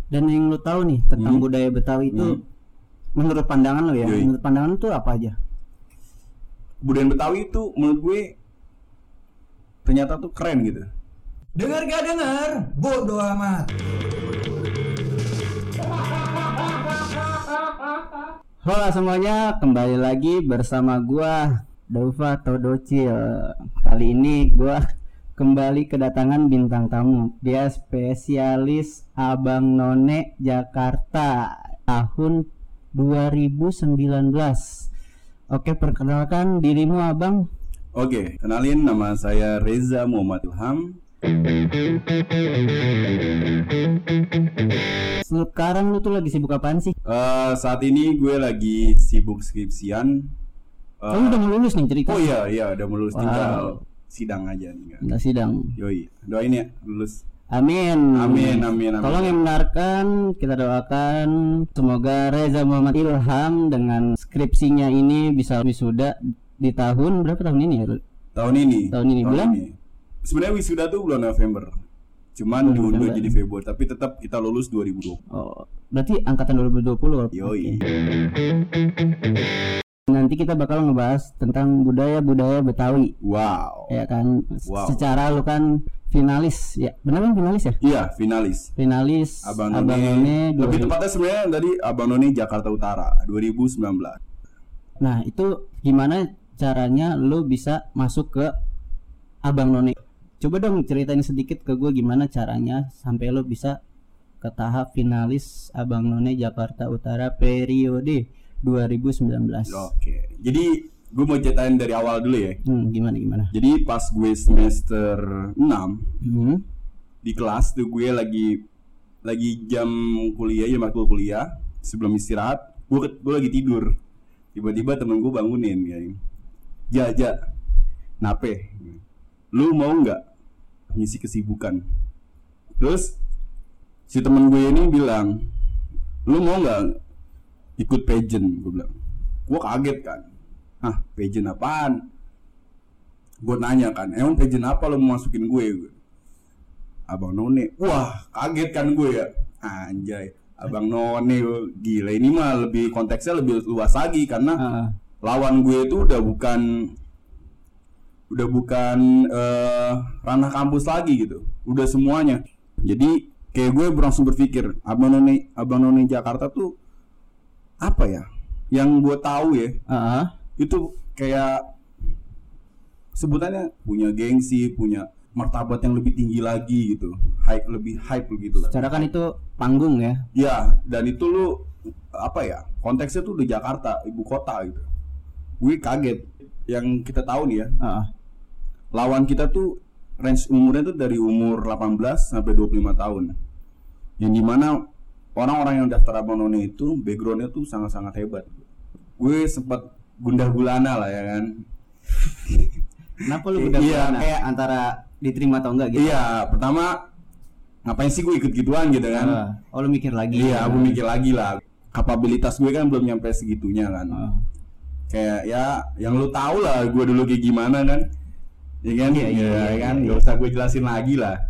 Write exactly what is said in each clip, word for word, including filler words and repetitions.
Dan yang lu tahu nih tentang hmm. budaya Betawi itu hmm. menurut pandangan lu ya, Yoi. menurut pandangan lu tuh apa aja? Budaya Betawi itu menurut gue ternyata tuh keren gitu. Dengar gak dengar? Bodoh amat. Halo semuanya, kembali lagi bersama gua Daufa atau Docil. Kali ini gua kembali kedatangan bintang tamu. Dia spesialis Abang None Jakarta tahun dua ribu sembilan belas. Oke, perkenalkan dirimu Abang. Oke, kenalin, nama saya Reza Muhammad Ilham. Sekarang lu tuh lagi sibuk apaan sih? Uh, saat ini gue lagi sibuk skripsian. Uh, Kamu udah mau lulus nih cerita? Oh iya, iya udah mau lulus, wow. Tinggal sidang aja nih. Tinggal sidang. Yoi, doain ya lulus. Amin. Amin, amin, amin. Tolong yang mendengarkan, kita doakan semoga Reza Muhammad Ilham dengan skripsinya ini bisa wisuda di tahun berapa tahun ini ya? Tahun ini. Tahun ini tahun bulan? Ini. Sebenarnya wisuda tuh bulan November. Cuman diundur jadi Februari, tapi tetap kita lulus dua ribu dua puluh. Oh, berarti angkatan dua ribu dua puluh. Yoi. Okay. Nanti kita bakal ngebahas tentang budaya-budaya Betawi. Wow. Ya kan. Wow. Secara lu kan finalis, ya. Benar kan finalis ya? Iya, finalis. Finalis Abang None. Abang None lebih tepatnya sebenarnya tadi Abang None Jakarta Utara dua ribu sembilan belas. Nah, itu gimana caranya lu bisa masuk ke Abang None? Coba dong ceritain sedikit ke gue gimana caranya sampai lo bisa ke tahap finalis Abang None Jakarta Utara periode dua ribu sembilan belas. Oke, jadi gue mau ceritain dari awal dulu ya. Hmm, gimana gimana? Jadi pas gue semester enam hmm. di kelas tuh gue lagi lagi jam kuliah, jam matkul kuliah sebelum istirahat, gue gue lagi tidur. Tiba-tiba temen gue bangunin ya. Ja, ja, nape? Lu mau nggak ngisi kesibukan? Terus si temen gue ini bilang, lu mau nggak ikut pageant? Gue bilang, gue kaget kan. Hah, pageant apaan? Gue nanya kan, emang pageant apa lu mau masukin gue? Abang None. Wah, kaget kan gue ya. Anjay, Abang None, gila, ini mah lebih konteksnya lebih luas lagi karena uh. lawan gue itu udah bukan udah bukan uh, ranah kampus lagi gitu, udah semuanya. Jadi kayak gue langsung berpikir, Abang None, Abang None Jakarta tuh apa ya? Yang gue tahu ya, uh-huh. itu kayak sebutannya punya gengsi, punya martabat yang lebih tinggi lagi gitu, hype lebih hype gitu lah. Secara kan itu panggung ya? Ya, dan itu lu apa ya? Konteksnya tuh di Jakarta, ibu kota gitu. Gue kaget. Yang kita tahu nih ya. Uh-huh. Lawan kita tuh range umurnya tuh dari umur delapan belas sampai dua puluh lima tahun. Yang dimana orang-orang yang daftar Abang None itu backgroundnya tuh sangat-sangat hebat. Gue sempat gundah gulana lah ya kan. Kenapa lu gundah gulana? Iya, kayak antara diterima atau enggak gitu? Iya, pertama ngapain sih gue ikut gituan gitu kan? Uh, oh lu mikir lagi? Iya, aku mikir lagi lah. Kapabilitas gue kan belum nyampe segitunya kan. Uh. Kayak ya yang lu tahu lah gue dulu kayak gimana kan. Ya kan, iya, iya, ya, iya, kan, iya. nggak usah gue jelasin lagi lah.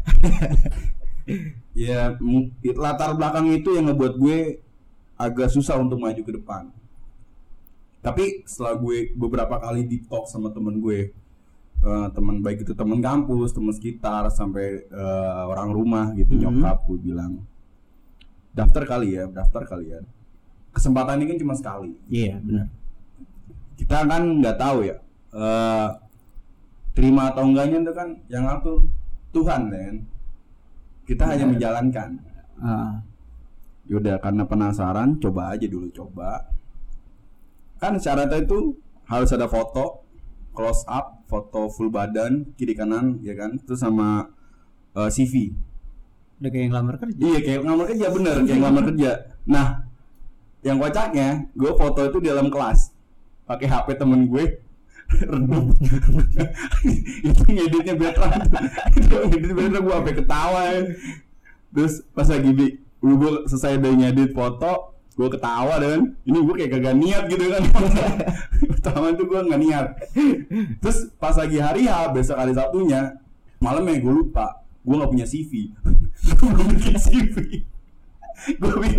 Ya, latar belakang itu yang ngebuat gue agak susah untuk maju ke depan. Tapi setelah gue beberapa kali deep talk sama temen gue, uh, teman baik itu teman kampus, teman sekitar, sampai uh, orang rumah gitu, mm-hmm. nyokap gue bilang, daftar kali ya, daftar kali ya. Kesempatan ini kan cuma sekali. Iya, benar. Kita kan nggak tahu ya. Uh, terima atau enggaknya itu kan yang ngatur Tuhan kan. Kita ya. hanya menjalankan. Uh. Yaudah, karena penasaran, coba aja dulu coba. Kan syaratnya itu harus ada foto close up, foto full badan kiri kanan ya kan, terus sama uh, C V. Udah kayak ngelamar kerja. Iya, kayak ngelamar kerja, bener kayak ngelamar kerja. Nah, yang kocaknya, gue foto itu di dalam kelas pakai H P temen gue. Redup. Itu ngeditnya veteran. Itu ngeditnya veteran, gue sampai ketawa ya. Terus pas lagi di gue selesai dari ngedit foto, gue ketawa dan ini gue kayak kagak niat gitu kan. Pertama tuh gue nggak niat. Terus pas lagi hari H, besok hari Sabtunya malamnya gue lupa, gue nggak punya C V. Gue bikin C V.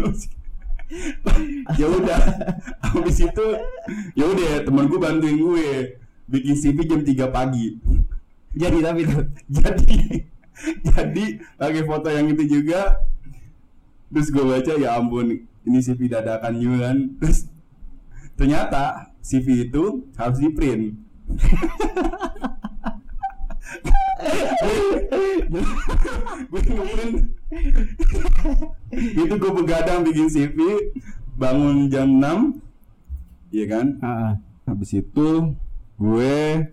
Ya udah, habis itu ya udah temen gue bantuin gue bikin C V jam tiga pagi. Jadi tapi tuh Jadi jadi pakai foto yang itu juga. Terus gue baca, ya ampun, ini C V dadakan juga kan. Terus ternyata C V itu harus di print. Gue ngeprint itu, gue begadang bikin C V, bangun jam enam, iya kan? uh-uh. Habis itu gue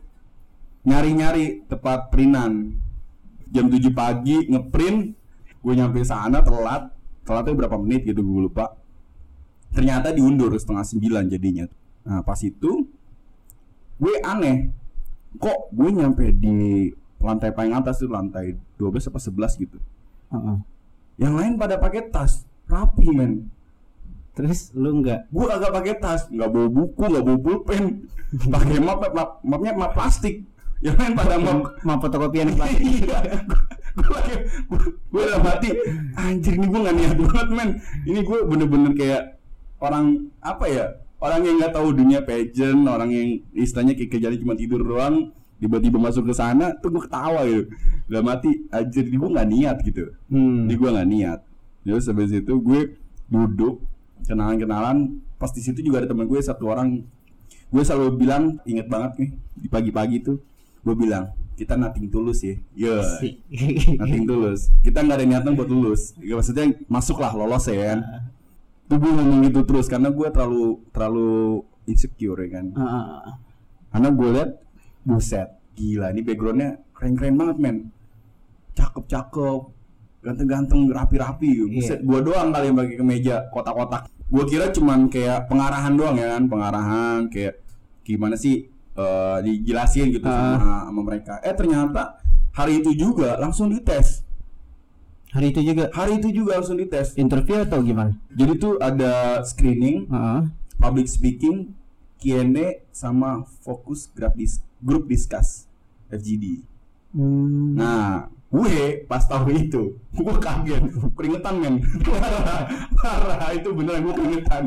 nyari-nyari tempat printan. Jam tujuh pagi ngeprint, gue nyampe sana telat, telatnya berapa menit gitu gue lupa. Ternyata diundur setengah sembilan jadinya. Nah pas itu gue aneh, kok gue nyampe di lantai paling atas tuh, lantai dua belas apa sebelas gitu. Uh-uh. Yang lain pada pakai tas, rapi men. Terus lu enggak? Gue agak pakai tas, nggak bawa buku, nggak bawa pulpen, pakai map, map, mapnya map plastik. Yang lain pada map, map fotokopian plastik. Gue lagi, gue udah mati. Anjir, ini gue nggak niat banget men. Ini gue bener-bener kayak orang apa ya? Orang yang nggak tahu dunia pageant, orang yang istilahnya kayak kerjanya cuma tidur doang, tiba-tiba masuk ke sana, tuh gue ketawa gitu. Udah mati, anjir, ini gue nggak niat gitu. Hmm. Ini gue nggak niat. Terus habis itu gue duduk kenalan-kenalan, pas di situ juga ada teman gue satu orang. Gue selalu bilang, inget banget nih di pagi-pagi tuh, gue bilang kita nothing tulus ya, ya yeah. Nothing tulus. Kita nggak ada niatan buat lulus. Ya, maksudnya masuklah, lolos ya kan. Tuh gue ngomong gitu terus karena gue terlalu terlalu insecure ya kan. Uh. Karena gue liat, buset, gila ini backgroundnya keren-keren banget men, cakep-cakep, ganteng-ganteng, rapi-rapi. Buset, yeah. Gue doang kali yang pakai kemeja kotak-kotak. Gue kira cuman kayak pengarahan doang ya kan, pengarahan kayak gimana sih uh, dijelasin gitu uh. sama, sama mereka. Eh ternyata hari itu juga langsung dites. Hari itu juga? Hari itu juga langsung dites. Interview atau gimana? Jadi tuh ada screening, uh-huh. public speaking, Q and A, sama fokus group, dis- group discuss F G D. Hmm. Nah, gue pas tahu itu, gue kaget, keringetan men. Parah, parah, itu beneran gue keringetan.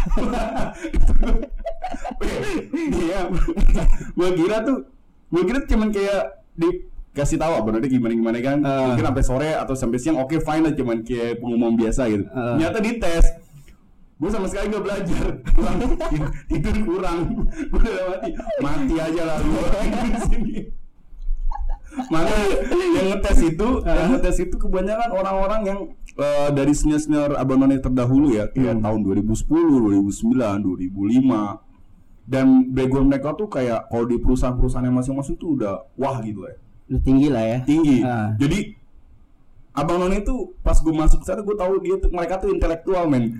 Iya, gue kira tuh, gue kira cuman kayak di kasih tahu benernya gimana gimana kan, uh. mungkin sampai sore atau sampai siang, oke okay, fine lah, cuman kayak pengumuman biasa gitu. Uh. Ternyata dites, gue sama sekali nggak belajar, tidur kurang, gue udah mati, mati aja lah gue di sini. Mana yang ngetes itu, uh. yang ngetes itu kebanyakan orang-orang yang uh, dari senior-senior Abang None terdahulu ya, kayak hmm. tahun dua ribu sepuluh, dua ribu sembilan, dua ribu lima, dan background mereka tuh kayak kalau di perusahaan-perusahaan yang masing-masing tuh udah wah gitu ya. Udah tinggi lah ya. Tinggi. Uh. Jadi Abang None itu pas gue masuk sana gue tahu dia tuh, mereka tuh intelektual men.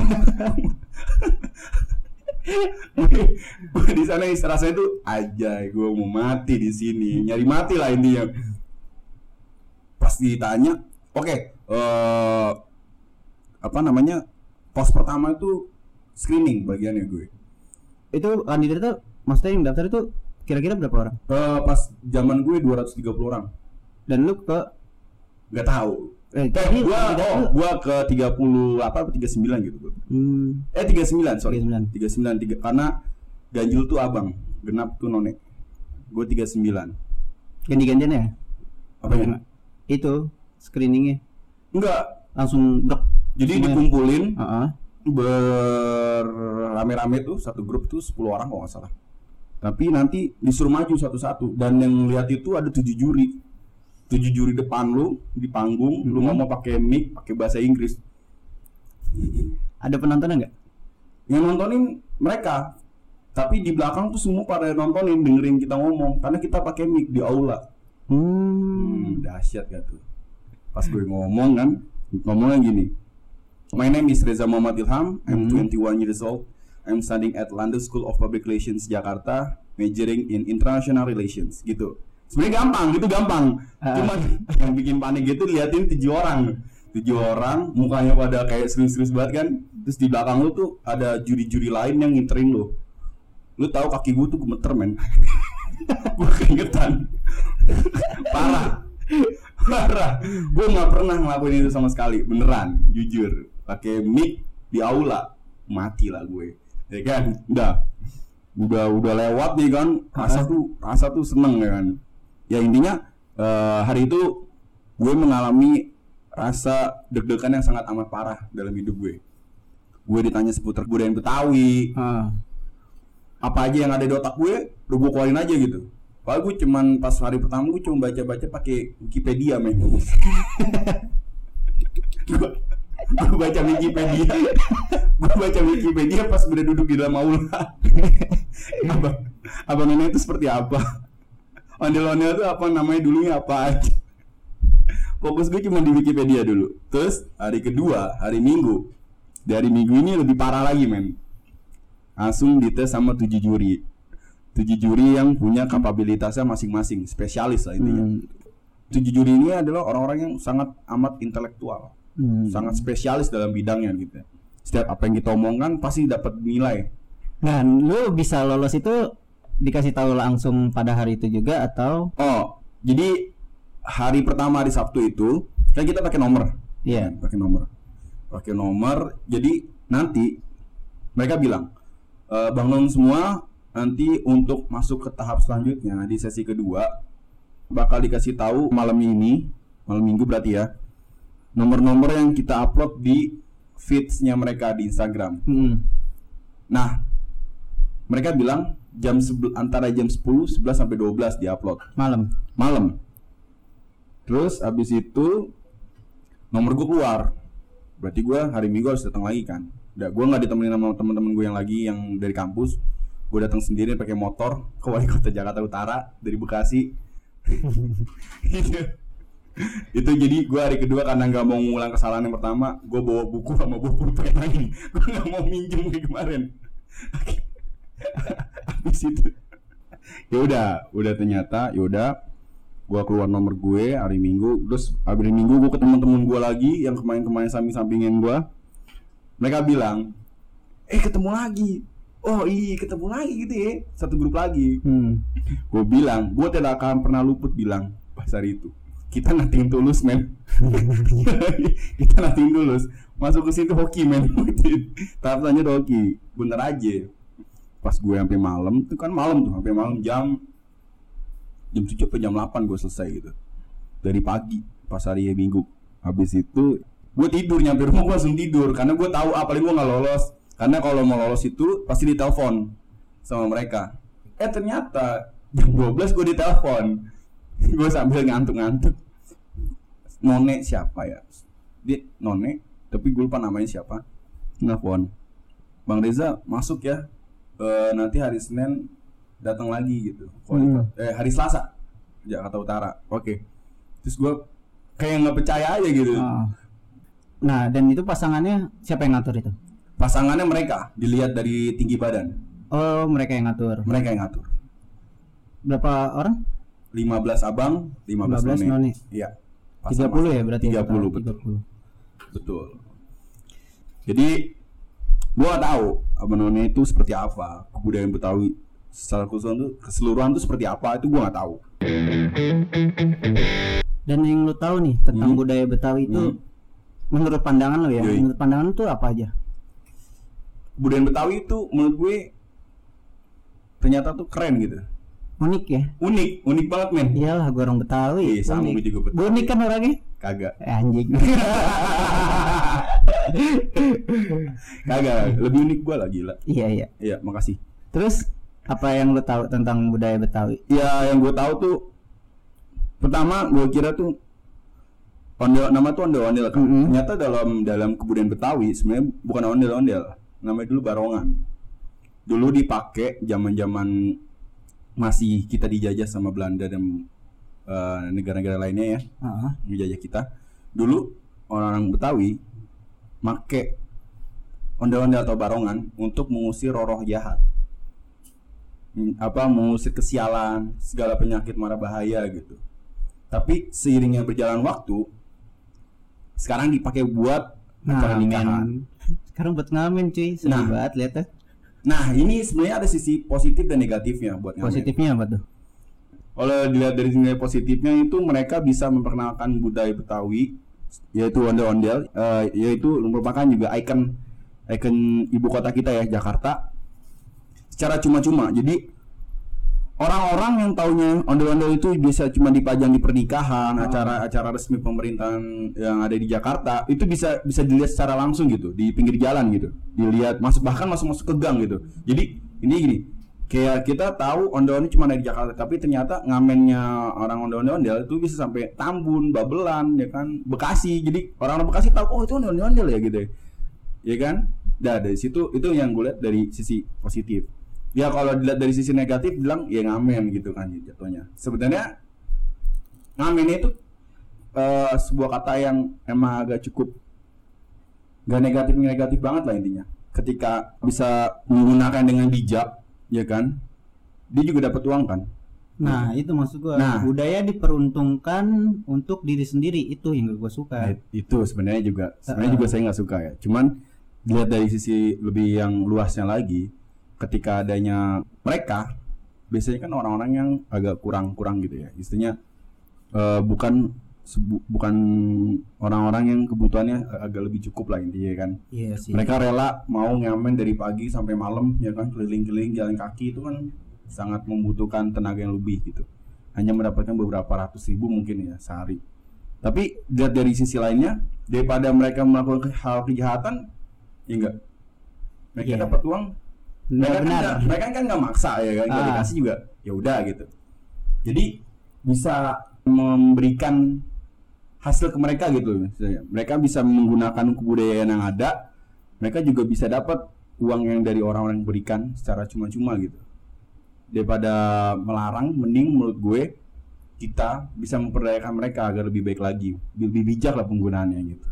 Gue di sana rasanya tuh aja gue mau mati di sini, nyari mati lah intinya. Pas ditanya, oke, okay, uh, apa namanya, pos pertama itu screening bagiannya gue. Itu kandidat tuh, maksudnya yang daftar itu kira-kira berapa orang? Uh, pas zaman gue dua ratus tiga puluh orang. Dan lu ke? Gak tahu. Eh, eh gua oh, gua ke tiga puluh apa tiga puluh sembilan gitu gua. Hmm. Eh tiga puluh sembilan, sorry. tiga puluh sembilan, tiga karena ganjil tuh abang, genap tuh none. Gua tiga puluh sembilan. Ganti-gantian ya? Apa ya? Itu screeningnya. Enggak, langsung dek. Jadi semuanya dikumpulin. Uh-huh. Berame-rame tuh satu grup tuh sepuluh orang kalau enggak salah. Tapi nanti disuruh maju satu-satu, dan yang lihat itu ada tujuh juri. Tujuh juri depan lu di panggung, hmm. lu ngomong pakai mic, pakai bahasa Inggris. Ada penontonnya nggak? Yang nontonin mereka, tapi di belakang tuh semua pada nontonin, dengerin kita ngomong, karena kita pakai mic di aula. Hmm, hmm dahsyat gak tuh. Pas gue ngomong kan, ngomongnya gini. My name is Reza Muhammad Ilham. I'm hmm. twenty-one years old. I'm studying at London School of Public Relations Jakarta, majoring in International Relations. Gitu. Sebenarnya gampang, gitu gampang. Uh. Cuman yang bikin panik gitu liatin tujuh orang, tujuh orang, mukanya pada kayak serius-serius banget kan. Terus di belakang lu tuh ada juri-juri lain yang nginterin lu. Lu tahu kaki gue tuh gemeter men. Gue keringetan. Parah, parah. Gue nggak pernah ngelakuin itu sama sekali, beneran, jujur. pakai mic di aula, mati lah gue. Ya kan, udah, udah udah lewat nih kan, rasa tuh rasa tuh seneng ya kan. Ya intinya uh, hari itu gue mengalami rasa deg-degan yang sangat amat parah dalam hidup gue. Gue ditanya seputar budaya Betawi, uh. apa aja yang ada di otak gue, udah gue keluarin aja gitu. Padahal gue cuman pas hari pertama gue cuma baca-baca pakai Wikipedia men. Gue baca Wikipedia, gue baca Wikipedia pas udah duduk di dalam aula. Abang, abang none itu seperti apa? Ondel-ondel itu apa namanya dulunya apa aja? Fokus gue cuma di Wikipedia dulu. Terus hari kedua, hari Minggu, dari Minggu ini lebih parah lagi men. Langsung dites sama tujuh juri, tujuh juri yang punya kapabilitasnya masing-masing, spesialis lah intinya. Hmm. Tujuh juri ini adalah orang-orang yang sangat amat intelektual. Hmm. Sangat spesialis dalam bidangnya gitu. Setiap apa yang kita omongkan pasti dapat nilai. Nah, lu bisa lolos itu dikasih tahu langsung pada hari itu juga atau? Oh, jadi hari pertama hari Sabtu itu kan kita pakai nomor. Iya, yeah. Pakai nomor. Pakai nomor. Jadi nanti mereka bilang, e, Bang Non semua nanti untuk masuk ke tahap selanjutnya di sesi kedua bakal dikasih tahu malam ini, malam Minggu berarti ya. Nomor-nomor yang kita upload di feeds-nya mereka di Instagram. Hmm. Nah, mereka bilang jam sebel, antara jam sepuluh, sebelas sampai dua belas di-upload. Malam. Malam. Terus habis itu nomor gue keluar. Berarti gue hari Minggu harus datang lagi kan. Udah, gue nggak ditemenin sama teman-teman gue yang lagi yang dari kampus. Gue datang sendiri pakai motor ke Wali Kota Jakarta Utara dari Bekasi. Itu jadi gue hari kedua karena nggak mau ngulang kesalahan yang pertama, gue bawa buku sama bawa pulpen lagi. Gue nggak mau minjem kayak kemarin. Habis itu, ya udah, udah ternyata, ya udah, gue keluar nomor gue hari Minggu. Terus hari Minggu gue ketemu temen gue lagi yang kemarin-kemarin samping-sampingin gue. Mereka bilang, eh ketemu lagi. Oh iya ketemu lagi gitu ya, satu grup lagi. Hmm. Gue bilang, gue tidak akan pernah luput bilang pas hari itu. Kita nothing tulus men. Kita nothing tulus. Masuk ke situ hoki men. Tahap selanjutnya hoki. Bener aja. Pas gue sampai malam, itu kan malam tuh, sampai malam jam jam tujuh atau jam delapan gue selesai gitu. Dari pagi pas hari Minggu. Habis itu gue tidur, nyampe rumah gue langsung tidur karena gue tahu apalagi gue nggak lolos. Karena kalau mau lolos itu pasti ditelepon sama mereka. Eh ternyata jam dua belas gue ditelepon. Gue sambil ngantuk-ngantuk. None siapa ya? Dia None, tapi gue lupa namanya siapa. Nelfon, Bang Reza masuk ya. E, nanti hari Senin datang lagi gitu. Hmm. Eh hari Selasa Jakarta Utara. Oke. Okay. Terus gue kayak nggak percaya aja gitu. Oh. Nah dan itu pasangannya siapa yang ngatur itu? Pasangannya mereka dilihat dari tinggi badan. Oh mereka yang ngatur. Mereka yang ngatur. Berapa orang? lima belas abang, lima belas none. Iya. tiga puluh ya berarti. tiga puluh betul. tiga puluh. Betul. Jadi gua tahu abang none itu seperti apa, kebudayaan Betawi secara keseluruhan itu keseluruhan itu seperti apa itu gua nggak tahu. Dan yang lu tahu nih tentang hmm. budaya Betawi itu hmm. menurut pandangan lo ya, Yui. menurut pandangan lu tuh apa aja? Budaya Betawi itu menurut gue ternyata tuh keren gitu. Unik ya? Unik, unik banget men. Iyalah gue orang Betawi. Iya sama gue juga Betawi. Unik kan orangnya? Kagak. Eh, anjing. Kagak, lebih unik gue lah gila. Iya iya. Iya makasih. Terus apa yang lu tahu tentang budaya Betawi? Ya yang gue tahu tuh pertama gue kira tuh ondel, nama tuh ondel-ondel kan. Mm-hmm. Ternyata dalam dalam kebudayaan Betawi sebenarnya bukan ondel-ondel, namanya dulu barongan. Dulu dipakai zaman-zaman masih kita dijajah sama Belanda dan uh, negara-negara lainnya ya, uh-huh. menjajah kita. Dulu orang-orang Betawi make ondel-ondel atau barongan untuk mengusir roh-roh jahat, apa mengusir kesialan, segala penyakit mara bahaya gitu. Tapi seiringnya berjalan waktu, sekarang dipakai buat acara nikahan. Sekarang buat ngamen cuy, sedih nah, banget lihat tuh. Nah ini sebenarnya ada sisi positif dan negatifnya buat ngamen. Positifnya apa tuh? Kalau dilihat dari nilai positifnya itu mereka bisa memperkenalkan budaya Betawi yaitu ondel-ondel, uh, yaitu merupakan juga ikon ikon ibu kota kita ya, Jakarta, secara cuma-cuma. Jadi orang-orang yang taunya ondel-ondel itu bisa cuma dipajang di pernikahan, oh. acara-acara resmi pemerintahan yang ada di Jakarta, itu bisa bisa dilihat secara langsung gitu di pinggir jalan gitu, dilihat masuk bahkan masuk-masuk ke gang gitu. Jadi ini gini, kayak kita tahu ondel-ondel cuma ada di Jakarta, tapi ternyata ngamennya orang ondel-ondel itu bisa sampai Tambun, Babelan, ya kan, Bekasi. Jadi orang-orang Bekasi tahu, oh itu ondel-ondel ya gitu, ya kan? Nah dari situ itu yang gue lihat dari sisi positif. Ya kalau dilihat dari sisi negatif bilang ya ngamen gitu kan jatuhnya. Sebenarnya ngamen itu uh, sebuah kata yang emang agak cukup gak negatif-negatif banget lah intinya. Ketika bisa menggunakan dengan bijak, ya kan, dia juga dapat uang kan. Nah hmm. itu maksud gua, nah, budaya diperuntukkan untuk diri sendiri, itu yang gua suka. Nah, itu sebenarnya juga sebenarnya uh. juga saya nggak suka ya. Cuman dilihat dari sisi lebih yang luasnya lagi, ketika adanya mereka, biasanya kan orang-orang yang agak kurang-kurang gitu ya, istilahnya uh, bukan sebu- bukan orang-orang yang kebutuhannya agak lebih cukup lah intinya kan. Iya sih. Mereka rela mau ngamen dari pagi sampai malam ya kan, keliling-keliling jalan kaki, itu kan sangat membutuhkan tenaga yang lebih gitu. Hanya mendapatkan beberapa ratus ribu mungkin ya sehari. Tapi lihat dari sisi lainnya, daripada mereka melakukan hal kejahatan, ya enggak, mereka yeah. dapat uang. Mereka kan, gak, mereka kan nggak maksa ya kan, nggak ah. dikasih juga, ya udah gitu. Jadi bisa memberikan hasil ke mereka gitu. Mereka bisa menggunakan kebudayaan yang ada, mereka juga bisa dapat uang yang dari orang-orang yang berikan secara cuma-cuma gitu. Daripada melarang, mending menurut gue kita bisa memperdayakan mereka agar lebih baik lagi, lebih bijak lah penggunaannya gitu.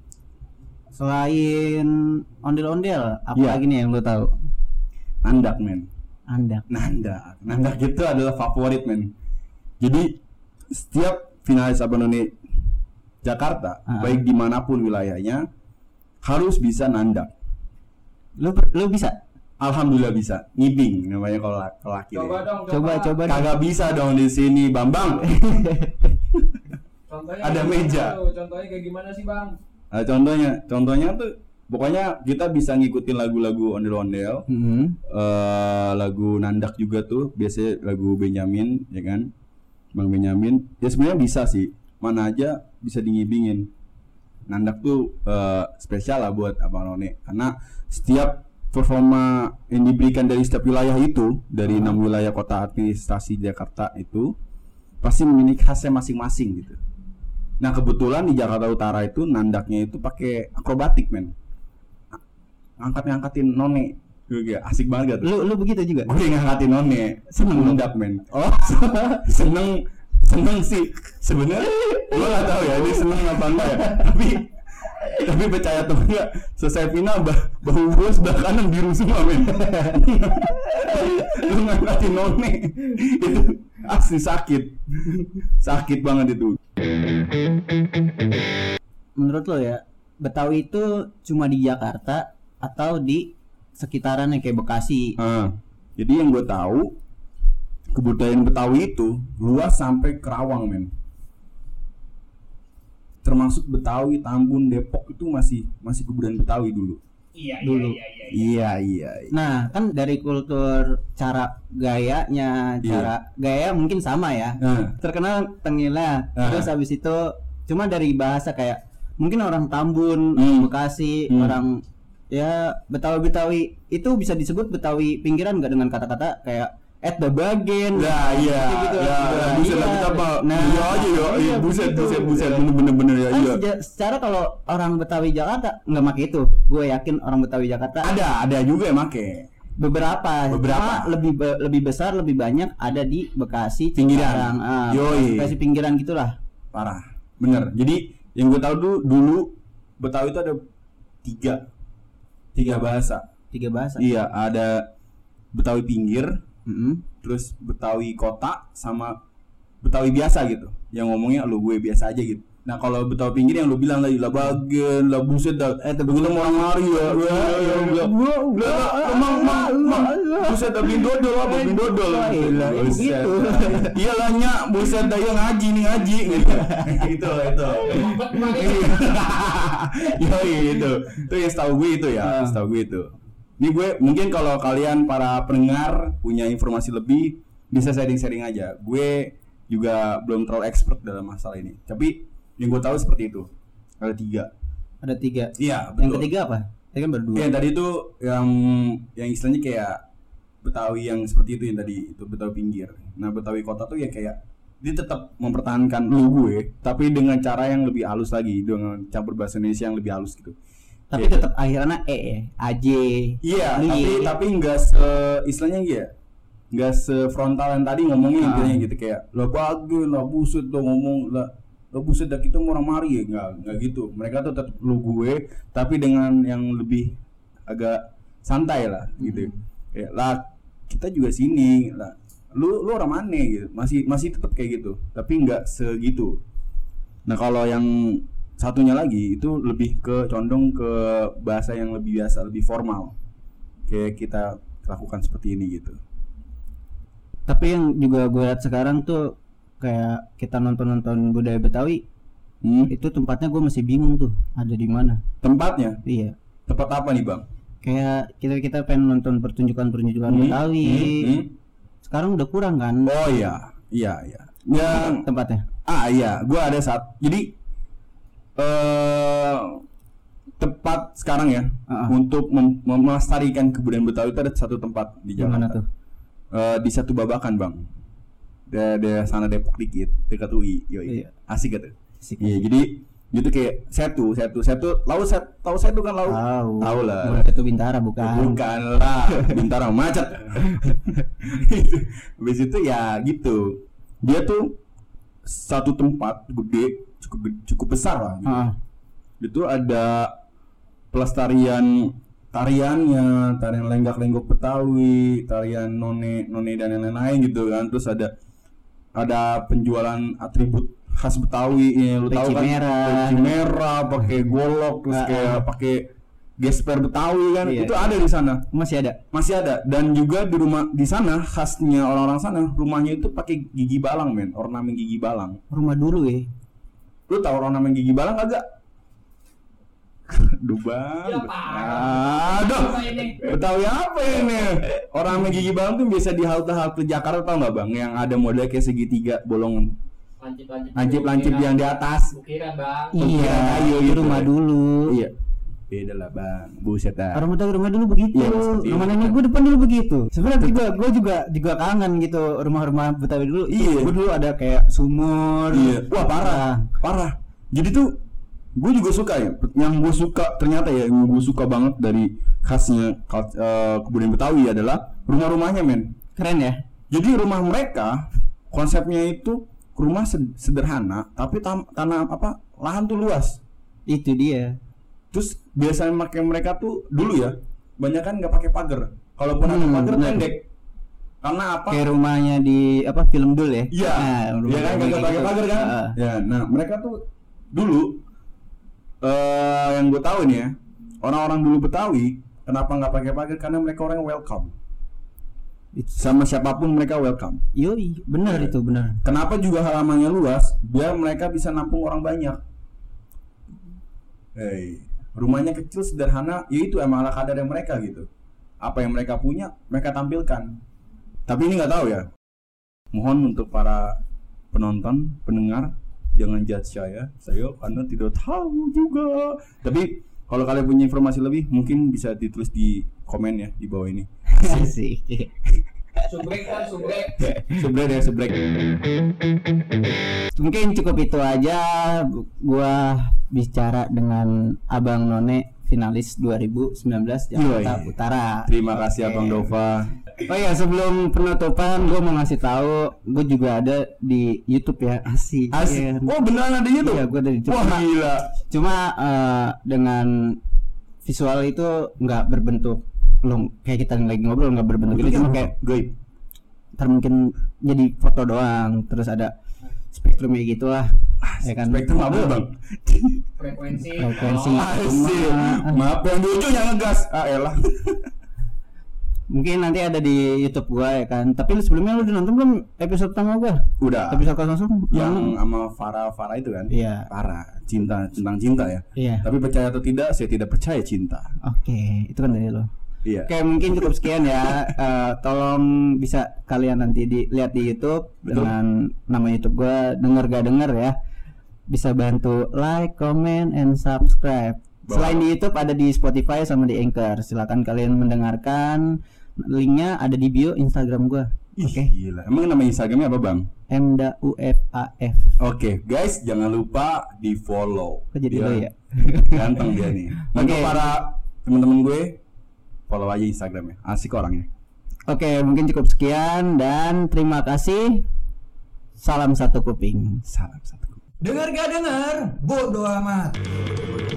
Selain ondel-ondel, apa ya. lagi nih yang lo tahu? Nandak men. Nandak. Nandak. Nandak itu adalah favorit men. Jadi setiap finalis Abang None Jakarta, uh-huh. baik dimanapun wilayahnya, harus bisa nandak. Lu lu bisa? Alhamdulillah bisa. Ngibing namanya kalau laki. Coba dong. Coba coba. Kagak bisa dong di sini, Bambang. Contohnya ada meja. Tuh, contohnya kayak gimana sih Bang? Nah, contohnya, contohnya tuh pokoknya kita bisa ngikutin lagu-lagu ondel-ondel, mm-hmm. uh, lagu nandak juga tuh, biasanya lagu Benyamin, ya kan, Bang Benyamin. Ya sebenarnya bisa sih, mana aja bisa dingibingin. Nandak tuh uh, spesial lah buat Abang None, karena setiap performa yang diberikan dari setiap wilayah itu, dari enam hmm. wilayah kota administrasi Jakarta itu, pasti memiliki khasnya masing-masing gitu. Nah kebetulan di Jakarta Utara itu nandaknya itu pakai akrobatik men. Ngangkat-ngangkatin none, gue asik banget gitu. Lu lu begitu juga? Gue ngangkatin none, seneng nandak men. Oh, seneng seneng sih. Sebenarnya gue nggak tahu ya ini seneng apa enggak ya. Tapi tapi percaya tuh enggak, selesai final bah, bahu gue sebelah kanan biru semua men. Lu ngangkatin none itu asli sakit, sakit banget itu. Menurut lo ya, Betawi itu cuma di Jakarta atau di sekitarannya kayak Bekasi? Uh, jadi yang gue tahu kebudayaan Betawi itu luas sampai Kerawang men. Termasuk Betawi, Tambun, Depok itu masih masih kebudayaan Betawi dulu. Iya, dulu. Iya, iya, iya, iya, iya, iya. Nah, kan dari kultur cara gayanya, cara iya. gaya mungkin sama ya. Uh. Terkenal tengilnya. Uh. Terus habis itu cuma dari bahasa kayak mungkin orang Tambun, hmm. Bekasi, hmm. orang ya Betawi-Betawi itu bisa disebut Betawi pinggiran enggak dengan kata-kata kayak at the bagian. Nah, iya. Gitu. Ya, nah, buset lah kita apa? Nah, iya aja ya. Iya, buset, buset, buset, bener-bener ya. Iya. Seja, secara kalau orang Betawi Jakarta nggak make itu. Gue yakin orang Betawi Jakarta ada, ada juga yang make. Beberapa, beberapa lebih be, lebih besar, lebih banyak ada di Bekasi, pinggiran. Ah, Bekasi pinggiran gitulah. Parah. Bener. Jadi yang gue tahu dulu, dulu Betawi itu ada tiga, tiga bahasa. Tiga bahasa. Iya, ada Betawi pinggir. Mm-hmm. Terus Betawi kota sama Betawi biasa gitu, yang ngomongnya lu gue biasa aja gitu. Nah kalau Betawi pinggir yang lu bilang tadi lah bagian lah buset dah. Eh tapi kita orang mari ya. Ya ya enggak. Lah emang emang buset dah bin dodol apa bin dodol. Iya begitu. Iyalah nyak buset dah yang ngaji nih ngaji gitu itu. Ya itu. Itu yang setahu gue itu ya, setahu gue itu. Ini gue mungkin kalau kalian para pendengar punya informasi lebih bisa sharing-sharing aja. Gue juga belum terlalu expert dalam masalah ini. Tapi yang gue tahu seperti itu. Ada tiga. Ada tiga. Iya. Betul. Yang betul. ketiga apa? Tadi kan berdua. Yang tadi itu yang yang istilahnya kayak Betawi yang seperti itu yang tadi itu Betawi pinggir. Nah Betawi kota tuh ya kayak dia tetap mempertahankan lu gue, tapi dengan cara yang lebih halus lagi, dengan campur bahasa Indonesia yang lebih halus gitu. Tapi ya, tetap akhirnya e ya, aj. Iya, tapi tapi enggak se istilahnya ya. Enggak sefrontal yang tadi ngomongin nah. Intinya gitu kayak lah bagus lah buset dong ngomong lah lah buset dah kita orang mari ya enggak enggak gitu. Mereka tuh tetap lu gue tapi dengan yang lebih agak santai lah gitu. Hmm. Kayak lah kita juga sini lah. Lu lu orang mana gitu. Masih masih tetap kayak gitu, tapi enggak segitu. Nah, kalau yang satunya lagi itu lebih ke condong ke bahasa yang lebih biasa, lebih formal. Kayak kita lakukan seperti ini gitu. Tapi yang juga gue lihat sekarang tuh kayak kita nonton-nonton budaya Betawi, hmm? itu tempatnya gue masih bingung tuh ada di mana. Tempatnya? Iya. Tempat apa nih bang? Kayak kita kita pengen nonton pertunjukan-pertunjukan hmm? Betawi. Hmm? Hmm? Sekarang udah kurang kan? Oh iya, iya iya. Yang tempatnya? Ah iya, gue ada saat. Jadi eh tempat sekarang ya uh-uh. untuk mem- melestarikan kebudayaan Betawi itu ada satu tempat di Jakarta. Mana tuh? Uh, di satu Babakan bang, di sana Depok dikit, dekat U I, yoi, iya. Asik gitu. Asik. Iya, jadi gitu kayak setu, setu, setu, laut set, tahu setu kan laut? Tahu. Tahu lah. Setu Bintara bukan? Bukan lah, Bintara macet. Habis itu ya gitu, dia tuh satu tempat gede, cukup cukup besar lah. Gitu. Uh. Itu ada pelestarian tariannya, tarian lenggak-lenggok Betawi, tarian none none dan lain-lain gitu kan. Terus ada ada penjualan atribut khas Betawi ya, lu tahu kan peci merah, pakai golok, terus nah, kayak pakai gesper Betawi kan. Iya, itu iya. Ada di sana. Masih ada. Masih ada dan juga di rumah di sana khasnya orang-orang sana, rumahnya itu pakai gigi balang, men, ornamen gigi balang. Rumah dulu ya. Lu tahu ornamen gigi balang agak? Aduh bang, aduh, Betawi apa ini? Orang gigi balang tuh biasa di halte-halte Jakarta tau nggak bang? Yang ada model kayak segitiga bolongan, lancip-lancip yang di atas. Bukiran bang. Iya, ayo gitu. Rumah dulu. Iya, beda lah bang, buset dah. Orang Betawi rumah dulu begitu. Iya, rumah nenek gue depan dulu begitu. Sebenarnya juga gue juga juga kangen gitu rumah-rumah Betawi dulu. Iya, gue dulu ada kayak sumur. Iya, wah parah, parah. Jadi tuh gue juga suka ya, yang gue suka ternyata ya, yang gue suka banget dari khasnya uh, kebudayaan Betawi adalah rumah-rumahnya, men. Keren ya. Jadi rumah mereka konsepnya itu rumah sederhana, tapi tam- tanah apa lahan tuh luas. Itu dia. Terus biasanya pakai mereka tuh dulu ya, banyak kan nggak pakai pagar. Kalaupun hmm, ada pagar pendek. Karena apa? Kayak rumahnya di apa film dulu ya? Iya. Nah, ya kan nggak pakai pagar kan? Uh. Ya, nah mereka tuh dulu. Uh, yang gue tahu nih ya, orang-orang dulu Betawi kenapa nggak pakai pagar? Karena mereka orang welcome, sama siapapun mereka welcome. Yoi, benar ya. Itu benar. Kenapa juga halamannya luas? Biar mereka bisa nampung orang banyak. Hey, rumahnya kecil sederhana, ya itu emang ala kadar mereka gitu. Apa yang mereka punya, mereka tampilkan. Tapi ini nggak tahu ya. Mohon untuk para penonton, pendengar, jangan judge saya, saya karena tidak tahu juga. Tapi kalau kalian punya informasi lebih, mungkin bisa ditulis di komen ya di bawah ini. Sih. Subrek kan, subrek. Subrek ya, subrek. Mungkin cukup itu aja gua bicara dengan Abang None, finalis dua ribu sembilan belas Jakarta Yoi. Utara. Terima kasih Abang Dova. Oh ya, sebelum penutupan gue mau ngasih tahu, gue juga ada di YouTube ya, asik. Asik. Oh beneran ada YouTube? Iya, gue ada di YouTube. Wah gila. Cuma uh, dengan visual itu nggak berbentuk, belum kayak kita lagi ngobrol nggak berbentuk itu, cuma kayak gaib. Ntar mungkin jadi foto doang, terus ada spektrumnya gitu lah. ya kan? Spektrum apa bang? Frekuensi. Frekuensi. Oh, Asik. Maaf yang lucu yang ngegas. Ah elah. Mungkin nanti ada di YouTube gua ya kan. Tapi lu sebelumnya lu udah nonton belum episode pertama gua? Udah. Episode langsung Yang sama Farah Farah itu kan? Iya. Farah, cinta tentang cinta ya. Iya. Tapi percaya atau tidak, saya tidak percaya cinta. Oke, itu kan dari lo. Iya. Oke, mungkin cukup sekian ya. Eh, tolong bisa kalian nanti dilihat di YouTube. Betul. Dengan nama YouTube gua, denger gak denger ya. Bisa bantu like, comment, and subscribe. Bawa. Selain di YouTube ada di Spotify sama di Anchor. Silakan kalian mendengarkan. Linknya ada di bio Instagram gua. Ih, Oke. gila. Emang nama Instagramnya apa bang? M D U F A F. Oke, guys, jangan lupa di follow. Kok jadi lo ya? Ganteng dia nih. Untuk Oke. para teman-teman gue, follow aja Instagramnya. Asik orangnya. Oke, mungkin cukup sekian dan terima kasih. Salam satu kuping. Salam satu. Dengar gak dengar? Bodoh amat.